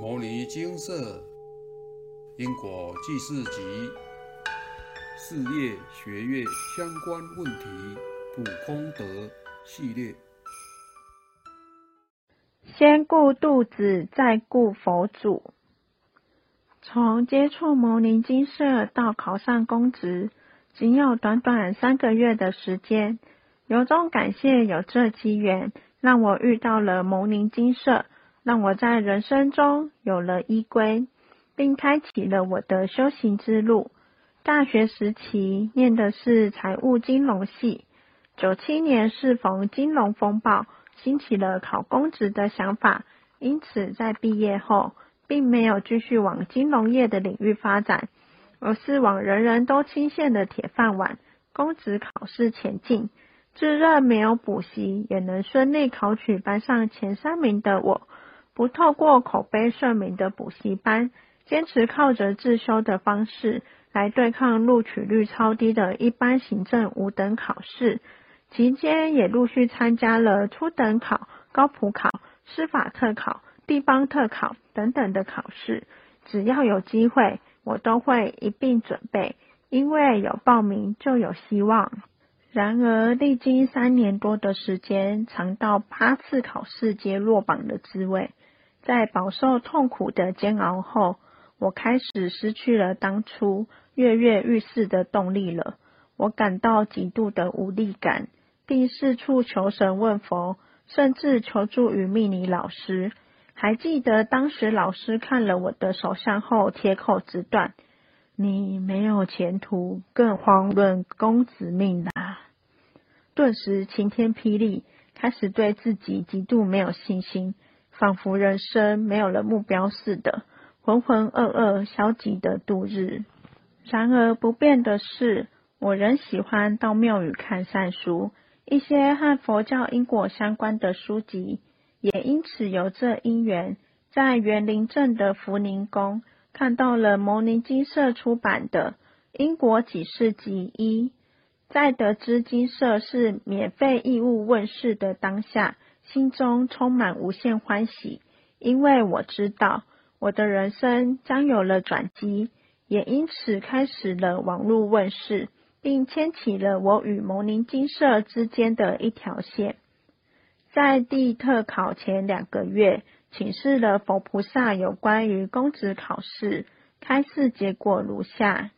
牟尼精舍因果记事集事业学业相关问题补空德系列。 先顾肚子，再顾佛祖。从接触牟尼精舍到考上公职，仅有短短3个月的时间，由衷感谢有这机缘，让我遇到了牟尼精舍，让我在人生中有了依归，并开启了我的修行之路。大学时期念的是财务金融系，97年适逢金融风暴，兴起了考公职的想法，因此在毕业后并没有继续往金融业的领域发展，而是往人人都倾羡的铁饭碗公职考试前进。自认没有补习也能顺利考取班上前3名的我，不透过口碑盛名的补习班，坚持靠着自修的方式来对抗录取率超低的一般行政5等考试。期间也陆续参加了初等考、高普考、司法特考、地方特考等等的考试，只要有机会我都会一并准备，因为有报名就有希望。然而历经3年多的时间，尝到8次考试皆落榜的滋味，在饱受痛苦的煎熬后，我开始失去了当初跃跃欲试的动力了。我感到极度的无力感，并四处求神问佛，甚至求助于命理老师。还记得当时老师看了我的手相后，铁口直断：你没有前途，更遑论公子命啦。顿时晴天霹雳，开始对自己极度没有信心，仿佛人生没有了目标似的，浑浑噩噩消极的度日。然而不变的是，我仍喜欢到庙宇看善书，一些和佛教因果相关的书籍，也因此有这因缘，在园林镇的福宁宫看到了牟尼精舍出版的《因果几事集1》。在得知精舍是免费义务问世的当下，心中充满无限欢喜，因为我知道我的人生将有了转机，也因此开始了网络问世，并牵起了我与牟尼精舍之间的一条线。在地特考前2个月，请示了佛菩萨有关于公职考试，开示结果如下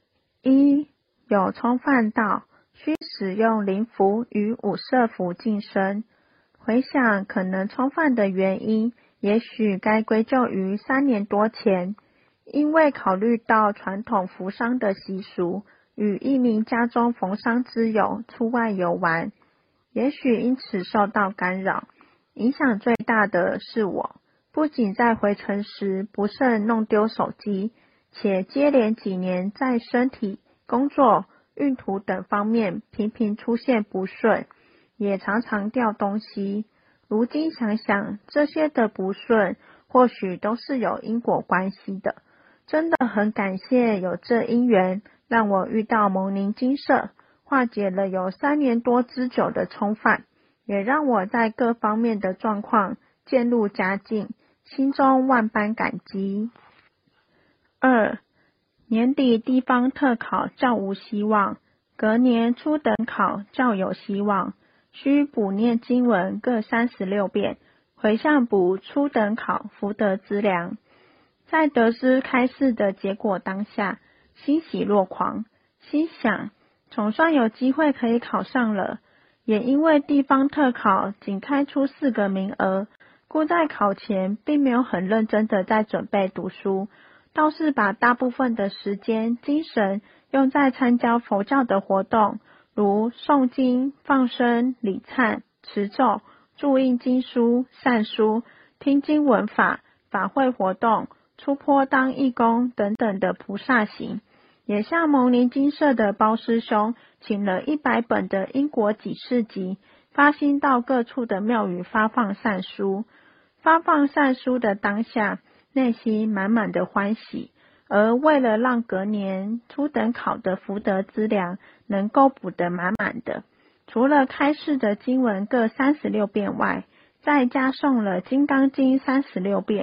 ：1. 有冲犯到，需使用灵符与五色符净身。回想可能冲犯的原因，也许该归咎于3年多前，因为考虑到传统扶伤的习俗，与一名家中逢伤之友出外游玩，也许因此受到干扰。影响最大的是我，不仅在回程时不慎弄丢手机，且接连几年在身体、工作、运途等方面频频出现不顺，也常常掉东西。如今想想，这些的不顺或许都是有因果关系的。真的很感谢有这因缘，让我遇到牟尼精舍，化解了有3年多之久的冲犯，也让我在各方面的状况渐入佳境，心中万般感激。2. 年底地方特考较无希望，隔年初等考较有希望，需补念经文各36遍，回向补初等考福德资粮。在得知开示的结果当下，欣喜若狂，心想总算有机会可以考上了。也因为地方特考仅开出4个名额，故在考前并没有很认真的在准备读书，倒是把大部分的时间精神用在参加佛教的活动，如诵经、放生、礼忏、持咒、注印经书、善书、听经闻法、法会活动、出坡当义工等等的菩萨行。也向牟尼精舍的包师兄请了100本的因果几事集，发心到各处的庙宇发放善书。发放善书的当下，内心满满的欢喜，而为了让隔年初等考的福德资粮能够补得满满的，除了开示的经文各36遍外，再加送了金刚经36遍，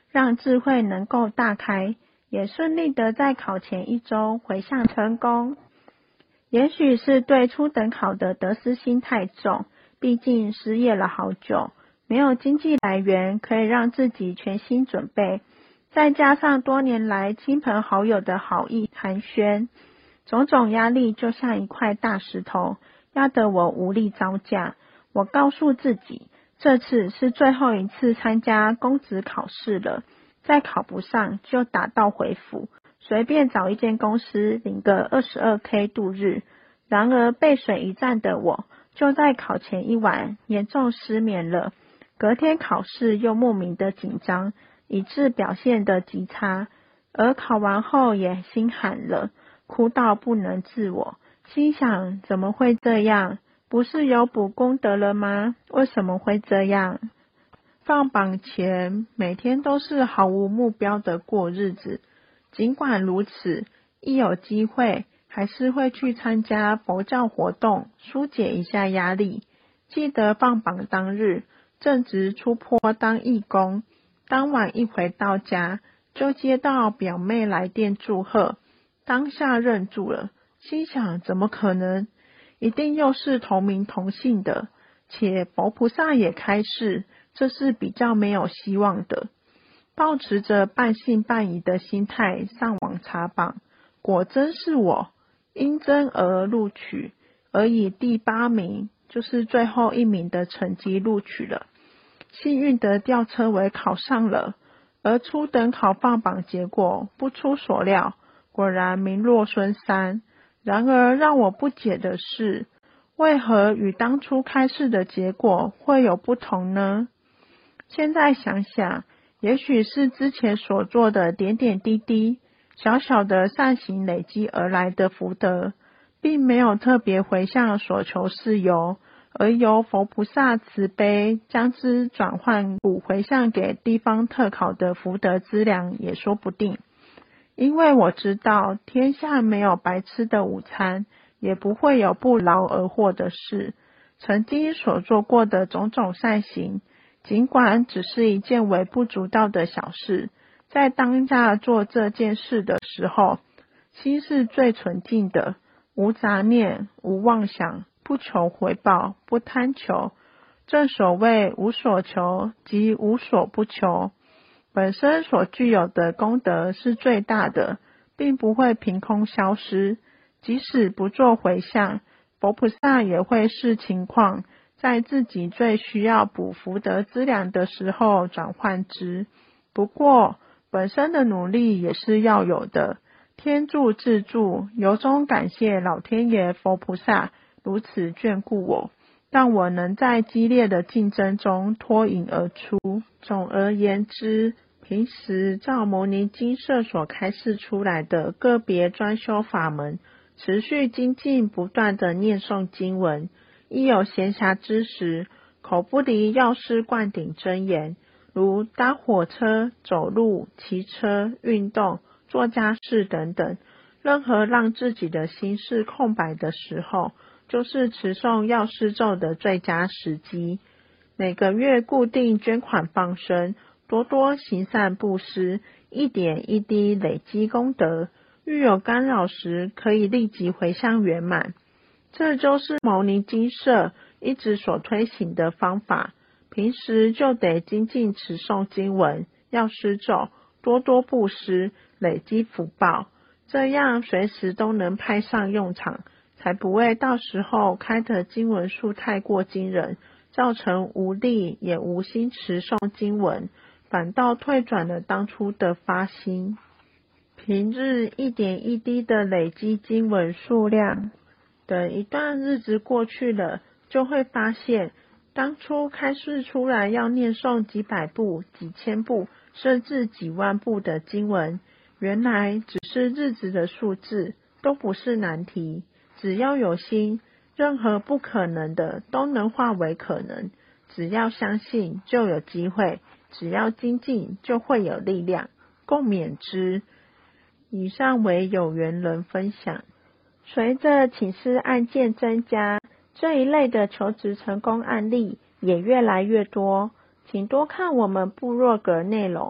让智慧能够大开，也顺利的在考前1周回向成功。也许是对初等考的得失心太重，毕竟失业了好久，没有经济来源可以让自己全心准备，再加上多年来亲朋好友的好意寒暄，种种压力就像一块大石头，压得我无力招架。我告诉自己，这次是最后一次参加公职考试了，再考不上就打道回府，随便找一间公司领个 22K 度日。然而背水一战的我，就在考前1晚严重失眠了，隔天考试又莫名的紧张，以致表现得极差，而考完后也心寒了，哭到不能自我，心想怎么会这样？不是有补功德了吗？为什么会这样？放榜前每天都是毫无目标的过日子，尽管如此，一有机会还是会去参加佛教活动，疏解一下压力。记得放榜当日，正值出坡当义工，当晚一回到家，就接到表妹来电祝贺，当下愣住了，心想怎么可能？一定又是同名同姓的，且佛菩萨也开示，这是比较没有希望的。抱持着半信半疑的心态上网查榜，果真是我，因真而录取，而以第8名，就是最后1名的成绩录取了。幸运的吊车尾考上了，而初等考放榜结果不出所料，果然名落孙山。然而让我不解的是，为何与当初开试的结果会有不同呢？现在想想，也许是之前所做的点点滴滴、小小的善行累积而来的福德，并没有特别回向所求事由，而由佛菩萨慈悲将之转换补回向给地方特考的福德资粮也说不定。因为我知道天下没有白吃的午餐，也不会有不劳而获的事。曾经所做过的种种善行，尽管只是一件微不足道的小事，在当下做这件事的时候，心是最纯净的，无杂念，无妄想，不求回报，不贪求。正所谓无所求，即无所不求。本身所具有的功德是最大的，并不会凭空消失。即使不做回向，佛菩萨也会视情况，在自己最需要补福德资粮的时候转换之。不过，本身的努力也是要有的，天助自助，由衷感谢老天爷佛菩萨如此眷顾我，让我能在激烈的竞争中脱颖而出。总而言之，平时照牟尼精舍所开示出来的个别专修法门，持续精进不断的念诵经文，一有闲暇之时，口不离药师灌顶真言，如搭火车、走路、骑车、运动、做家事等等，任何让自己的心事空白的时候，就是持诵药师咒的最佳时机。每个月固定捐款放生，多多行善布施，一点一滴累积功德，遇有干扰时可以立即回向圆满。这就是牟尼精舍一直所推行的方法。平时就得精进持诵经文、药师咒，多多布施，累积福报，这样随时都能派上用场，才不会到时候开的经文数太过惊人，造成无力也无心持诵经文，反倒退转了当初的发心。平日一点一滴的累积经文数量，等一段日子过去了，就会发现当初开示出来要念诵几百部、几千部，甚至几万部的经文，原来只是日子的数字，都不是难题。只要有心，任何不可能的都能化为可能。只要相信，就有机会；只要精进，就会有力量。共勉之。以上为有缘人分享。随着请示案件增加，这一类的求职成功案例也越来越多，请多看我们部落格内容。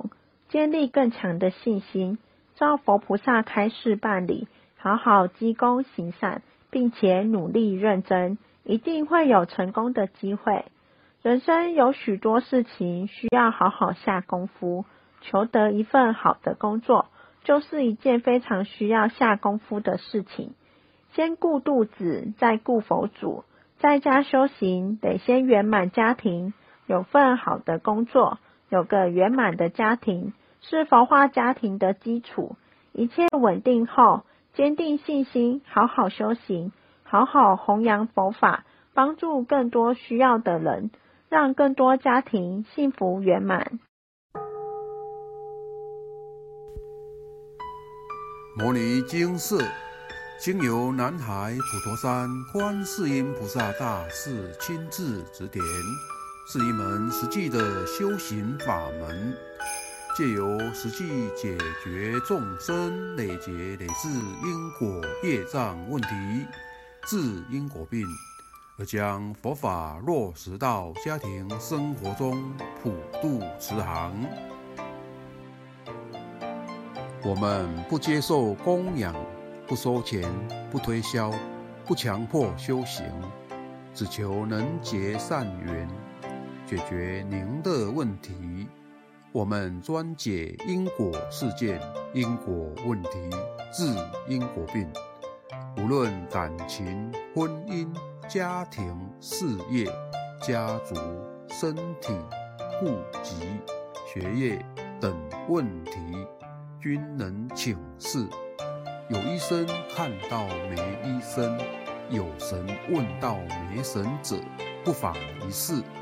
建立更强的信心，照佛菩萨开示办理，好好积功行善，并且努力认真，一定会有成功的机会。人生有许多事情需要好好下功夫，求得一份好的工作，就是一件非常需要下功夫的事情。先顾肚子，再顾佛祖。在家修行，得先圆满家庭，有份好的工作，有个圆满的家庭，是佛化家庭的基础。一切稳定后，坚定信心，好好修行，好好弘扬佛法，帮助更多需要的人，让更多家庭幸福圆满。 摩尼精舍经由南海普陀山观世音菩萨大士亲自指点，是一门实际的修行法门，借由实际解决众生累劫累世因果业障问题，治因果病，而将佛法落实到家庭生活中，普度慈航。我们不接受供养，不收钱，不推销，不强迫修行，只求能结善缘，解决您的问题。我们专解因果事件、因果问题，治因果病。无论感情、婚姻、家庭、事业、家族、身体、户籍、学业等问题，均能请示。有医生看到没医生，有神问到没神者，不妨一试。